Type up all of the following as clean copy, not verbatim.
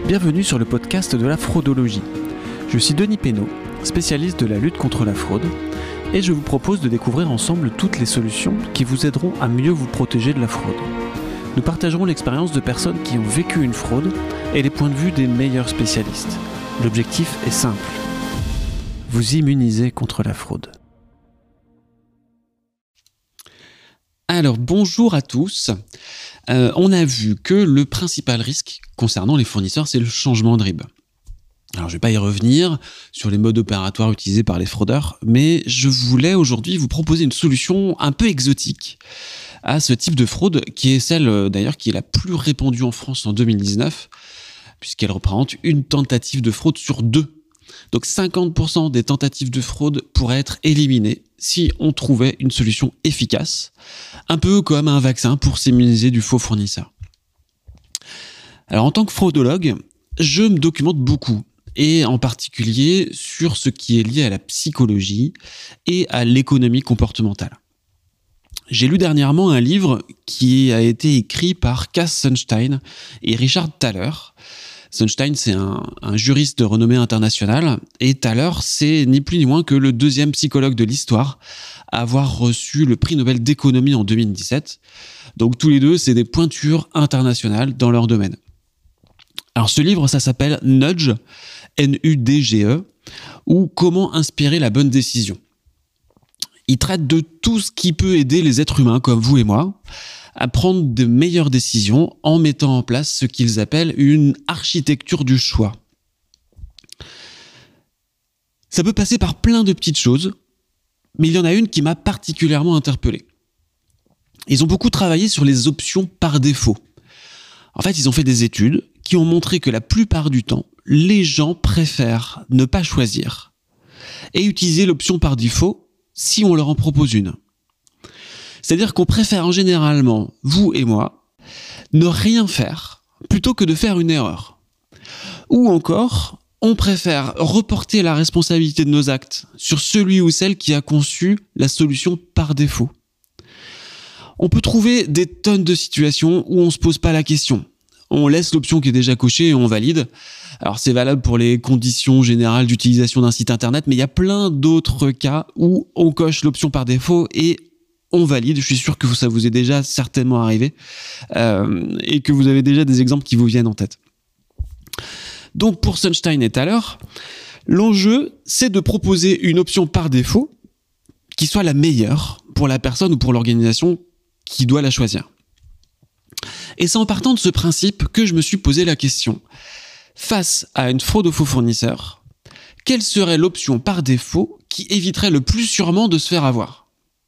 Bienvenue sur le podcast de la fraudologie. Je suis Denis Pénaud, spécialiste de la lutte contre la fraude, et je vous propose de découvrir ensemble toutes les solutions qui vous aideront à mieux vous protéger de la fraude. Nous partagerons l'expérience de personnes qui ont vécu une fraude et les points de vue des meilleurs spécialistes. L'objectif est simple: vous immuniser contre la fraude. Alors, bonjour à tous. On a vu que le principal risque concernant les fournisseurs, c'est le changement de RIB. Alors, je ne vais pas y revenir sur les modes opératoires utilisés par les fraudeurs, mais je voulais aujourd'hui vous proposer une solution un peu exotique à ce type de fraude, qui est celle d'ailleurs qui est la plus répandue en France en 2019, puisqu'elle représente une tentative de fraude sur 2. Donc 50% des tentatives de fraude pourraient être éliminées si on trouvait une solution efficace, un peu comme un vaccin pour s'immuniser du faux fournisseur. Alors en tant que fraudologue, je me documente beaucoup, et en particulier sur ce qui est lié à la psychologie et à l'économie comportementale. J'ai lu dernièrement un livre qui a été écrit par Cass Sunstein et Richard Thaler. Sunstein, c'est un juriste de renommée internationale, et Thaler, c'est ni plus ni moins que le deuxième psychologue de l'histoire à avoir reçu le prix Nobel d'économie en 2017. Donc tous les deux, c'est des pointures internationales dans leur domaine. Alors ce livre, ça s'appelle Nudge, N-U-D-G-E, ou Comment inspirer la bonne décision. Il traite de tout ce qui peut aider les êtres humains comme vous et moi à prendre de meilleures décisions en mettant en place ce qu'ils appellent une architecture du choix. Ça peut passer par plein de petites choses, mais il y en a une qui m'a particulièrement interpellé. Ils ont beaucoup travaillé sur les options par défaut. En fait, ils ont fait des études qui ont montré que la plupart du temps, les gens préfèrent ne pas choisir et utiliser l'option par défaut si on leur en propose une. C'est-à-dire qu'on préfère généralement, vous et moi, ne rien faire plutôt que de faire une erreur. Ou encore, on préfère reporter la responsabilité de nos actes sur celui ou celle qui a conçu la solution par défaut. On peut trouver des tonnes de situations où on ne se pose pas la question. On laisse l'option qui est déjà cochée et on valide. Alors c'est valable pour les conditions générales d'utilisation d'un site internet, mais il y a plein d'autres cas où on coche l'option par défaut et on valide. Je suis sûr que ça vous est déjà certainement arrivé et que vous avez déjà des exemples qui vous viennent en tête. Donc pour Sunstein et Thaler, l'enjeu, c'est de proposer une option par défaut qui soit la meilleure pour la personne ou pour l'organisation qui doit la choisir. Et c'est en partant de ce principe que je me suis posé la question: face à une fraude au faux fournisseur, quelle serait l'option par défaut qui éviterait le plus sûrement de se faire avoir ?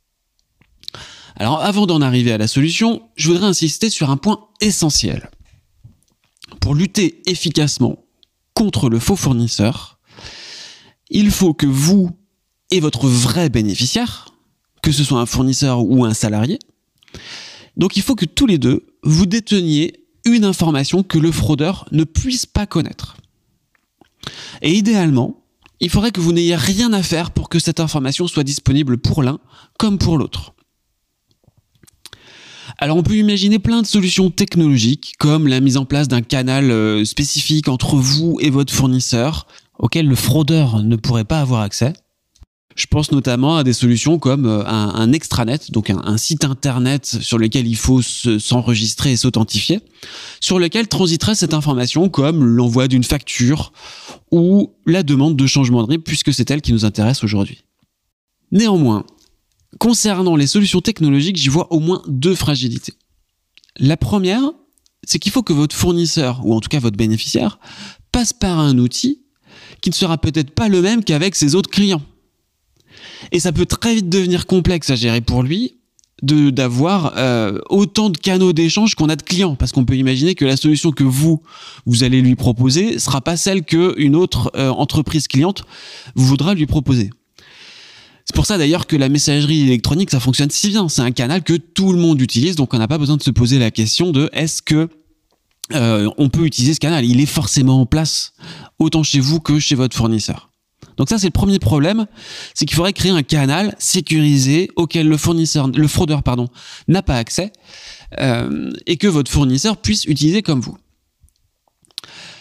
Alors avant d'en arriver à la solution, je voudrais insister sur un point essentiel. Pour lutter efficacement contre le faux fournisseur, il faut que vous et votre vrai bénéficiaire, que ce soit un fournisseur ou un salarié, donc il faut que tous les deux, vous déteniez une information que le fraudeur ne puisse pas connaître. Et idéalement, il faudrait que vous n'ayez rien à faire pour que cette information soit disponible pour l'un comme pour l'autre. Alors on peut imaginer plein de solutions technologiques, comme la mise en place d'un canal spécifique entre vous et votre fournisseur, auquel le fraudeur ne pourrait pas avoir accès. Je pense notamment à des solutions comme un extranet, donc un site internet sur lequel il faut s'enregistrer et s'authentifier, sur lequel transiterait cette information comme l'envoi d'une facture ou la demande de changement de RIB, puisque c'est elle qui nous intéresse aujourd'hui. Néanmoins, concernant les solutions technologiques, j'y vois au moins 2 fragilités. La première, c'est qu'il faut que votre fournisseur, ou en tout cas votre bénéficiaire, passe par un outil qui ne sera peut-être pas le même qu'avec ses autres clients. Et ça peut très vite devenir complexe à gérer pour lui d'avoir autant de canaux d'échange qu'on a de clients, parce qu'on peut imaginer que la solution que vous allez lui proposer sera pas celle qu'une autre entreprise cliente voudra lui proposer. C'est pour ça d'ailleurs que la messagerie électronique, ça fonctionne si bien. C'est un canal que tout le monde utilise, donc on n'a pas besoin de se poser la question de est-ce que on peut utiliser ce canal. Il est forcément en place, autant chez vous que chez votre fournisseur. Donc ça, c'est le premier problème, c'est qu'il faudrait créer un canal sécurisé auquel le fraudeur n'a pas accès et que votre fournisseur puisse utiliser comme vous.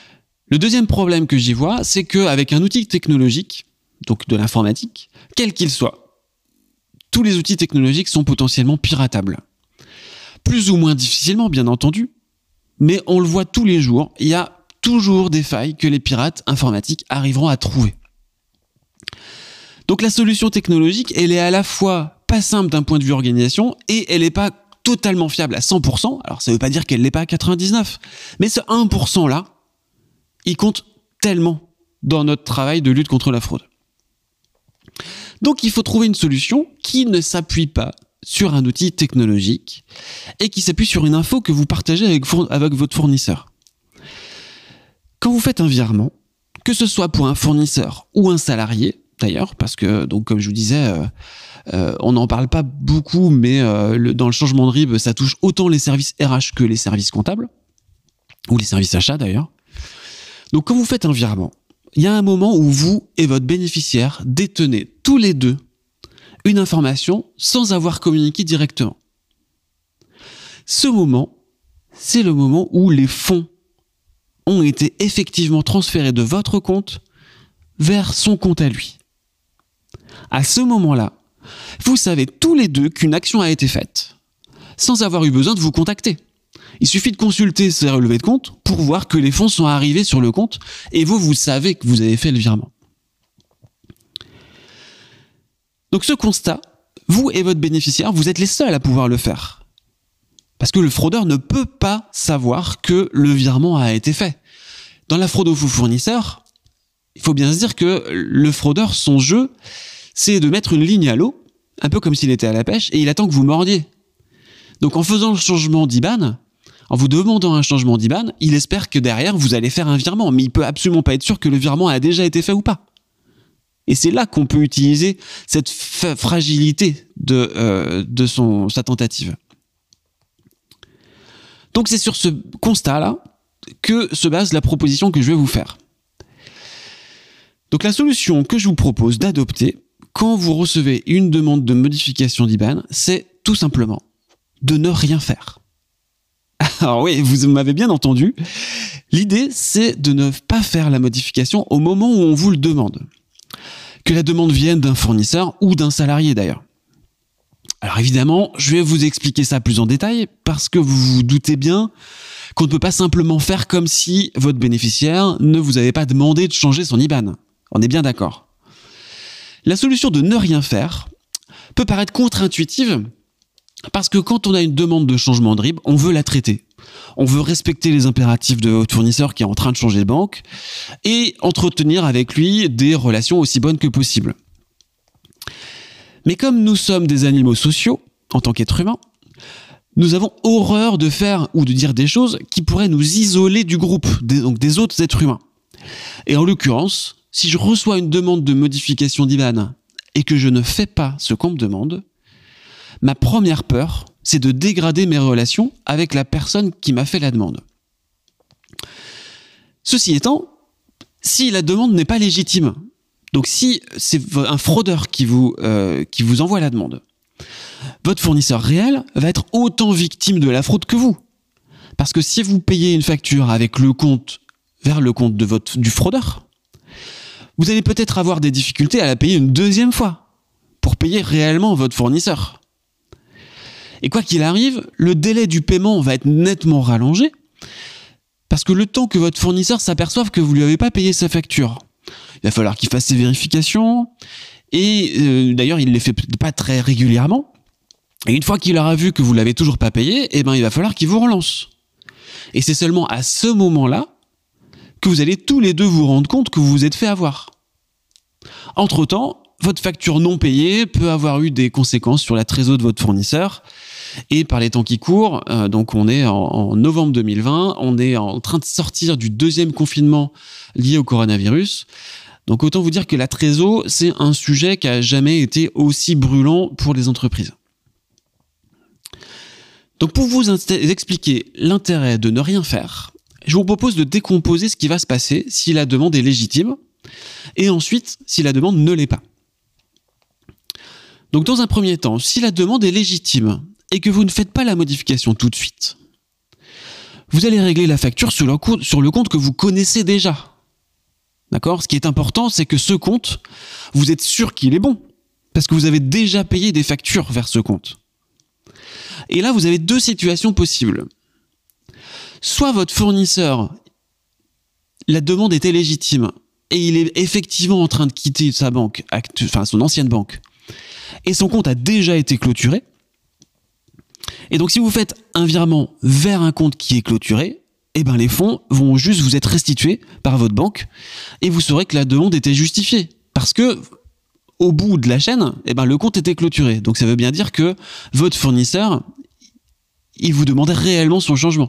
Le deuxième problème que j'y vois, c'est qu'avec un outil technologique, donc de l'informatique, quel qu'il soit, tous les outils technologiques sont potentiellement piratables. Plus ou moins difficilement, bien entendu, mais on le voit tous les jours, il y a toujours des failles que les pirates informatiques arriveront à trouver. Donc la solution technologique, elle est à la fois pas simple d'un point de vue organisation et elle n'est pas totalement fiable à 100%. Alors ça ne veut pas dire qu'elle n'est pas à 99%, mais ce 1% là, il compte tellement dans notre travail de lutte contre la fraude. Donc il faut trouver une solution qui ne s'appuie pas sur un outil technologique et qui s'appuie sur une info que vous partagez avec votre fournisseur. Quand vous faites un virement, que ce soit pour un fournisseur ou un salarié, d'ailleurs, parce que, donc, comme je vous disais, on n'en parle pas beaucoup, mais dans le changement de RIB, ça touche autant les services RH que les services comptables, ou les services achats d'ailleurs. Donc quand vous faites un virement, il y a un moment où vous et votre bénéficiaire détenez tous les deux une information sans avoir communiqué directement. Ce moment, c'est le moment où les fonds ont été effectivement transférés de votre compte vers son compte à lui. À ce moment-là, vous savez tous les deux qu'une action a été faite, sans avoir eu besoin de vous contacter. Il suffit de consulter ces relevés de compte pour voir que les fonds sont arrivés sur le compte et vous savez que vous avez fait le virement. Donc ce constat, vous et votre bénéficiaire, vous êtes les seuls à pouvoir le faire. Parce que le fraudeur ne peut pas savoir que le virement a été fait. Dans la fraude aux faux fournisseurs, il faut bien se dire que le fraudeur, son jeu, c'est de mettre une ligne à l'eau, un peu comme s'il était à la pêche, et il attend que vous mordiez. Donc en faisant le changement d'IBAN, en vous demandant un changement d'IBAN, il espère que derrière, vous allez faire un virement, mais il peut absolument pas être sûr que le virement a déjà été fait ou pas. Et c'est là qu'on peut utiliser cette fragilité de sa tentative. Donc c'est sur ce constat-là que se base la proposition que je vais vous faire. Donc la solution que je vous propose d'adopter quand vous recevez une demande de modification d'IBAN, c'est tout simplement de ne rien faire. Alors oui, vous m'avez bien entendu. L'idée, c'est de ne pas faire la modification au moment où on vous le demande. Que la demande vienne d'un fournisseur ou d'un salarié d'ailleurs. Alors évidemment, je vais vous expliquer ça plus en détail parce que vous vous doutez bien qu'on ne peut pas simplement faire comme si votre bénéficiaire ne vous avait pas demandé de changer son IBAN. On est bien d'accord. La solution de ne rien faire peut paraître contre-intuitive parce que quand on a une demande de changement de RIB, on veut la traiter. On veut respecter les impératifs de votre fournisseur qui est en train de changer de banque et entretenir avec lui des relations aussi bonnes que possible. Mais comme nous sommes des animaux sociaux, en tant qu'êtres humains, nous avons horreur de faire ou de dire des choses qui pourraient nous isoler du groupe, donc des autres êtres humains. Et en l'occurrence, si je reçois une demande de modification d'IBAN et que je ne fais pas ce qu'on me demande, ma première peur, c'est de dégrader mes relations avec la personne qui m'a fait la demande. Ceci étant, si la demande n'est pas légitime, donc si c'est un fraudeur qui vous envoie la demande, votre fournisseur réel va être autant victime de la fraude que vous. Parce que si vous payez une facture avec le compte vers le compte du fraudeur, vous allez peut-être avoir des difficultés à la payer une deuxième fois pour payer réellement votre fournisseur. Et quoi qu'il arrive, le délai du paiement va être nettement rallongé parce que le temps que votre fournisseur s'aperçoive que vous ne lui avez pas payé sa facture, il va falloir qu'il fasse ses vérifications et d'ailleurs il ne les fait pas très régulièrement. Et une fois qu'il aura vu que vous ne l'avez toujours pas payé, il va falloir qu'il vous relance. Et c'est seulement à ce moment-là que vous allez tous les deux vous rendre compte que vous vous êtes fait avoir. Entre-temps, votre facture non payée peut avoir eu des conséquences sur la trésorerie de votre fournisseur. Et par les temps qui courent, donc on est en novembre 2020, on est en train de sortir du deuxième confinement lié au coronavirus. Donc autant vous dire que la trésorerie, c'est un sujet qui a jamais été aussi brûlant pour les entreprises. Donc pour vous expliquer l'intérêt de ne rien faire, je vous propose de décomposer ce qui va se passer si la demande est légitime et ensuite si la demande ne l'est pas. Donc dans un premier temps, si la demande est légitime et que vous ne faites pas la modification tout de suite, vous allez régler la facture sur le compte que vous connaissez déjà. D'accord ? Ce qui est important, c'est que ce compte, vous êtes sûr qu'il est bon, parce que vous avez déjà payé des factures vers ce compte. Et là, vous avez deux situations possibles. Soit votre fournisseur, la demande était légitime, et il est effectivement en train de quitter sa banque, son ancienne banque, et son compte a déjà été clôturé. Et donc, si vous faites un virement vers un compte qui est clôturé, eh ben, les fonds vont juste vous être restitués par votre banque, et vous saurez que la demande était justifiée. Parce que, au bout de la chaîne, eh ben, le compte était clôturé. Donc, ça veut bien dire que votre fournisseur, il vous demandait réellement son changement.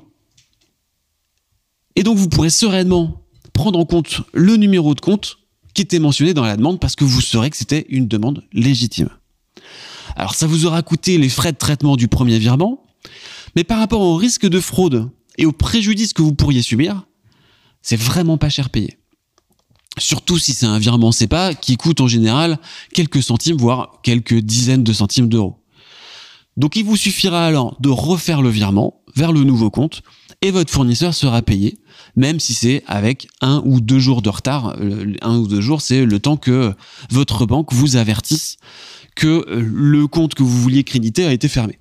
Et donc, vous pourrez sereinement prendre en compte le numéro de compte qui était mentionné dans la demande, parce que vous saurez que c'était une demande légitime. Alors, ça vous aura coûté les frais de traitement du premier virement, mais par rapport au risque de fraude et au préjudice que vous pourriez subir, c'est vraiment pas cher payé. Surtout si c'est un virement SEPA qui coûte en général quelques centimes, voire quelques dizaines de centimes d'euros. Donc, il vous suffira alors de refaire le virement vers le nouveau compte et votre fournisseur sera payé, même si c'est avec 1 ou 2 jours de retard. 1 ou 2 jours, c'est le temps que votre banque vous avertisse que le compte que vous vouliez créditer a été fermé.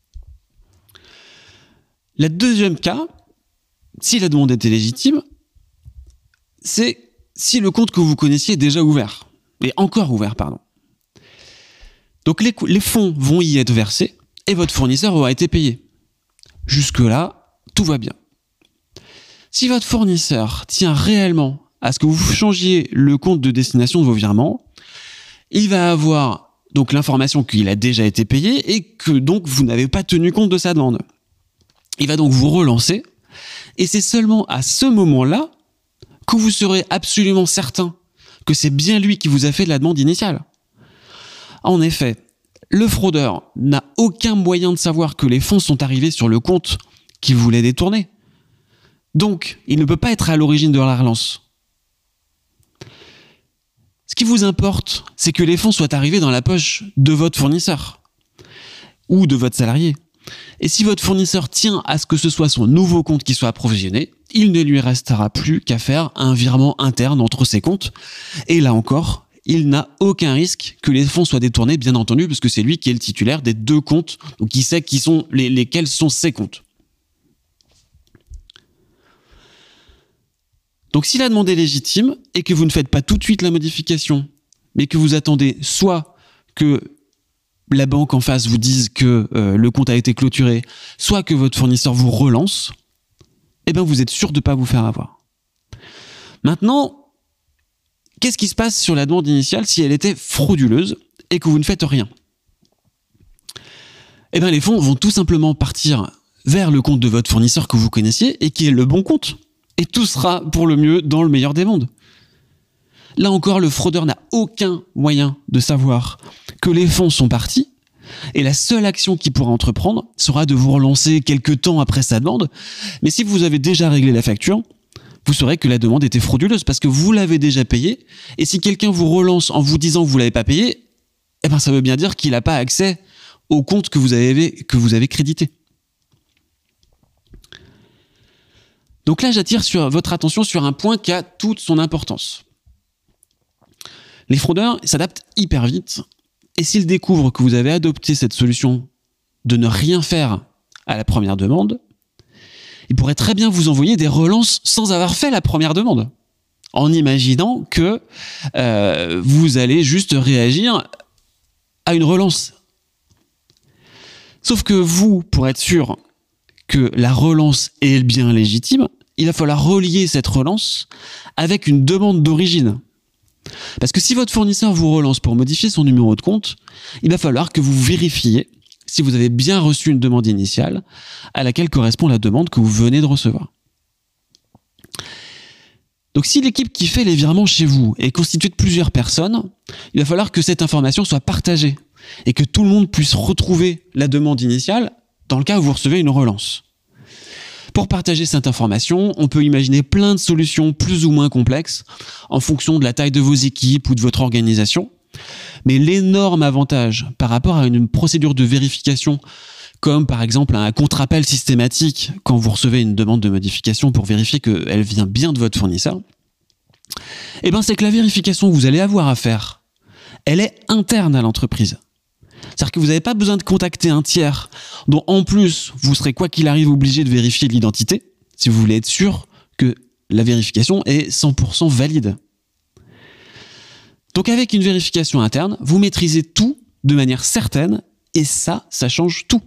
Le deuxième cas, si la demande était légitime, c'est si le compte que vous connaissiez est déjà ouvert, et encore ouvert, pardon. Donc les fonds vont y être versés et votre fournisseur aura été payé. Jusque-là, tout va bien. Si votre fournisseur tient réellement à ce que vous changiez le compte de destination de vos virements, il va avoir donc l'information qu'il a déjà été payé et que donc vous n'avez pas tenu compte de sa demande. Il va donc vous relancer, et c'est seulement à ce moment-là que vous serez absolument certain que c'est bien lui qui vous a fait la demande initiale. En effet, le fraudeur n'a aucun moyen de savoir que les fonds sont arrivés sur le compte qu'il voulait détourner. Donc, il ne peut pas être à l'origine de la relance. Ce qui vous importe, c'est que les fonds soient arrivés dans la poche de votre fournisseur ou de votre salarié. Et si votre fournisseur tient à ce que ce soit son nouveau compte qui soit approvisionné, il ne lui restera plus qu'à faire un virement interne entre ses comptes. Et là encore, il n'a aucun risque que les fonds soient détournés, bien entendu, parce que c'est lui qui est le titulaire des 2 comptes, donc il sait lesquels sont ses comptes. Donc si la demande est légitime et que vous ne faites pas tout de suite la modification, mais que vous attendez soit que la banque en face vous dise que le compte a été clôturé, soit que votre fournisseur vous relance, eh bien vous êtes sûr de ne pas vous faire avoir. Maintenant, qu'est-ce qui se passe sur la demande initiale si elle était frauduleuse et que vous ne faites rien ? Eh bien les fonds vont tout simplement partir vers le compte de votre fournisseur que vous connaissiez et qui est le bon compte. Et tout sera pour le mieux dans le meilleur des mondes. Là encore, le fraudeur n'a aucun moyen de savoir que les fonds sont partis, et la seule action qu'il pourra entreprendre sera de vous relancer quelques temps après sa demande. Mais si vous avez déjà réglé la facture, vous saurez que la demande était frauduleuse parce que vous l'avez déjà payée, et si quelqu'un vous relance en vous disant que vous ne l'avez pas payé, eh ben ça veut bien dire qu'il n'a pas accès au compte que vous avez crédité. Donc là, j'attire votre attention sur un point qui a toute son importance. Les fraudeurs s'adaptent hyper vite, et s'ils découvrent que vous avez adopté cette solution de ne rien faire à la première demande, ils pourraient très bien vous envoyer des relances sans avoir fait la première demande, en imaginant que vous allez juste réagir à une relance. Sauf que vous, pour être sûr que la relance est bien légitime, il va falloir relier cette relance avec une demande d'origine. Parce que si votre fournisseur vous relance pour modifier son numéro de compte, il va falloir que vous vérifiez si vous avez bien reçu une demande initiale à laquelle correspond la demande que vous venez de recevoir. Donc si l'équipe qui fait les virements chez vous est constituée de plusieurs personnes, il va falloir que cette information soit partagée et que tout le monde puisse retrouver la demande initiale dans le cas où vous recevez une relance. Pour partager cette information, on peut imaginer plein de solutions plus ou moins complexes en fonction de la taille de vos équipes ou de votre organisation. Mais l'énorme avantage par rapport à une procédure de vérification comme par exemple un contre-appel systématique quand vous recevez une demande de modification pour vérifier qu'elle vient bien de votre fournisseur, eh ben c'est que la vérification que vous allez avoir à faire, elle est interne à l'entreprise. C'est-à-dire que vous n'avez pas besoin de contacter un tiers dont en plus vous serez quoi qu'il arrive obligé de vérifier l'identité si vous voulez être sûr que la vérification est 100% valide. Donc avec une vérification interne, vous maîtrisez tout de manière certaine et ça change tout.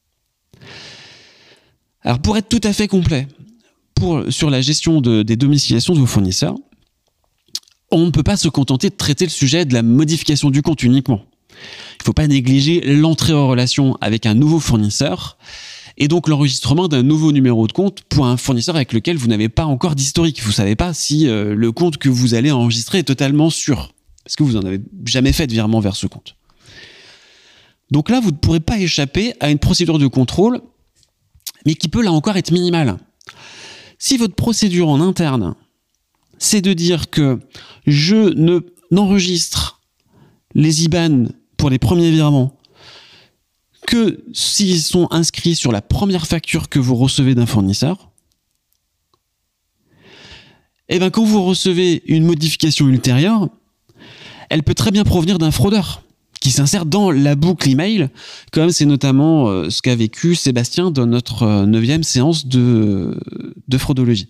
Alors pour être tout à fait complet sur la gestion des domiciliations de vos fournisseurs, on ne peut pas se contenter de traiter le sujet de la modification du compte uniquement. Il ne faut pas négliger l'entrée en relation avec un nouveau fournisseur et donc l'enregistrement d'un nouveau numéro de compte pour un fournisseur avec lequel vous n'avez pas encore d'historique. Vous ne savez pas si le compte que vous allez enregistrer est totalement sûr, parce que vous n'en avez jamais fait de virement vers ce compte. Donc là, vous ne pourrez pas échapper à une procédure de contrôle, mais qui peut là encore être minimale. Si votre procédure en interne, c'est de dire que je n'enregistre les IBAN pour les premiers virements que s'ils sont inscrits sur la première facture que vous recevez d'un fournisseur, et bien quand vous recevez une modification ultérieure, elle peut très bien provenir d'un fraudeur qui s'insère dans la boucle email, comme c'est notamment ce qu'a vécu Sébastien dans notre 9e séance de fraudologie.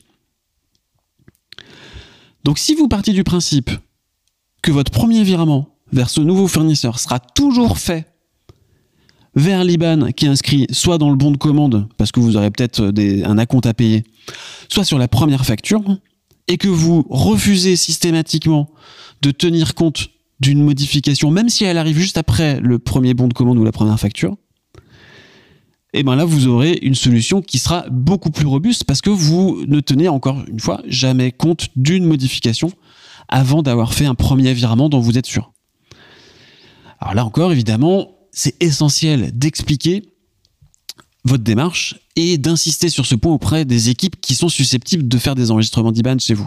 Donc si vous partez du principe que votre premier virement vers ce nouveau fournisseur sera toujours fait vers l'IBAN qui est inscrit soit dans le bon de commande, parce que vous aurez peut-être un acompte à payer, soit sur la première facture, et que vous refusez systématiquement de tenir compte d'une modification, même si elle arrive juste après le premier bon de commande ou la première facture, et bien là, vous aurez une solution qui sera beaucoup plus robuste parce que vous ne tenez encore une fois jamais compte d'une modification avant d'avoir fait un premier virement dont vous êtes sûr. Alors là encore, évidemment, c'est essentiel d'expliquer votre démarche et d'insister sur ce point auprès des équipes qui sont susceptibles de faire des enregistrements d'IBAN chez vous.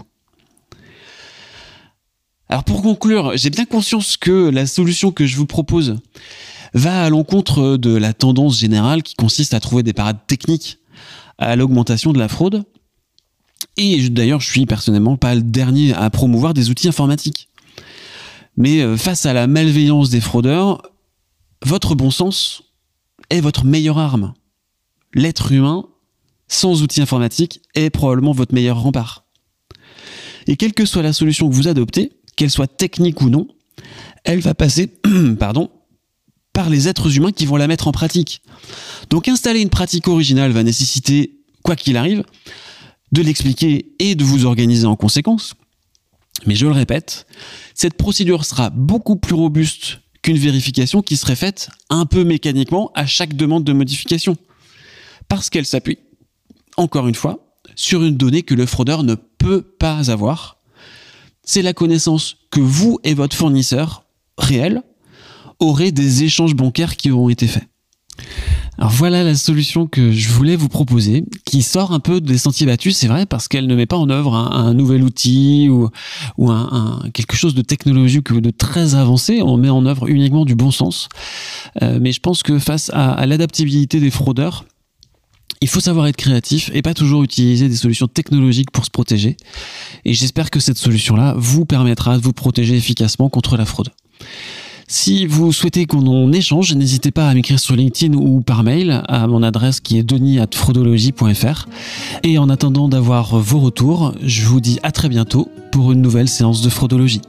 Alors pour conclure, j'ai bien conscience que la solution que je vous propose va à l'encontre de la tendance générale qui consiste à trouver des parades techniques à l'augmentation de la fraude. Et d'ailleurs, je suis personnellement pas le dernier à promouvoir des outils informatiques. Mais face à la malveillance des fraudeurs, votre bon sens est votre meilleure arme. L'être humain, sans outils informatiques, est probablement votre meilleur rempart. Et quelle que soit la solution que vous adoptez, qu'elle soit technique ou non, elle va passer par les êtres humains qui vont la mettre en pratique. Donc installer une pratique originale va nécessiter, quoi qu'il arrive, de l'expliquer et de vous organiser en conséquence. Mais je le répète, cette procédure sera beaucoup plus robuste qu'une vérification qui serait faite un peu mécaniquement à chaque demande de modification. Parce qu'elle s'appuie, encore une fois, sur une donnée que le fraudeur ne peut pas avoir. C'est la connaissance que vous et votre fournisseur réel aurez des échanges bancaires qui auront été faits. Alors voilà la solution que je voulais vous proposer, qui sort un peu des sentiers battus, c'est vrai, parce qu'elle ne met pas en œuvre un nouvel outil ou quelque chose de technologique ou de très avancé. On met en œuvre uniquement du bon sens. Mais je pense que face à l'adaptabilité des fraudeurs, il faut savoir être créatif et pas toujours utiliser des solutions technologiques pour se protéger. Et j'espère que cette solution-là vous permettra de vous protéger efficacement contre la fraude. Si vous souhaitez qu'on en échange, n'hésitez pas à m'écrire sur LinkedIn ou par mail à mon adresse qui est denis@fraudologie.fr. Et en attendant d'avoir vos retours, je vous dis à très bientôt pour une nouvelle séance de fraudologie.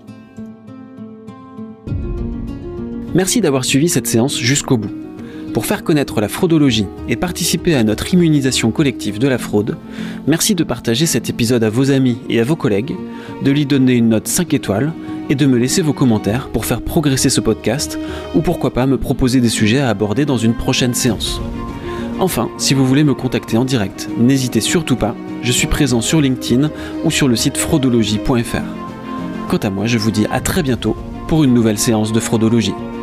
Merci d'avoir suivi cette séance jusqu'au bout. Pour faire connaître la fraudologie et participer à notre immunisation collective de la fraude, merci de partager cet épisode à vos amis et à vos collègues, de lui donner une note 5 étoiles et de me laisser vos commentaires pour faire progresser ce podcast ou pourquoi pas me proposer des sujets à aborder dans une prochaine séance. Enfin, si vous voulez me contacter en direct, n'hésitez surtout pas, je suis présent sur LinkedIn ou sur le site fraudologie.fr. Quant à moi, je vous dis à très bientôt pour une nouvelle séance de fraudologie.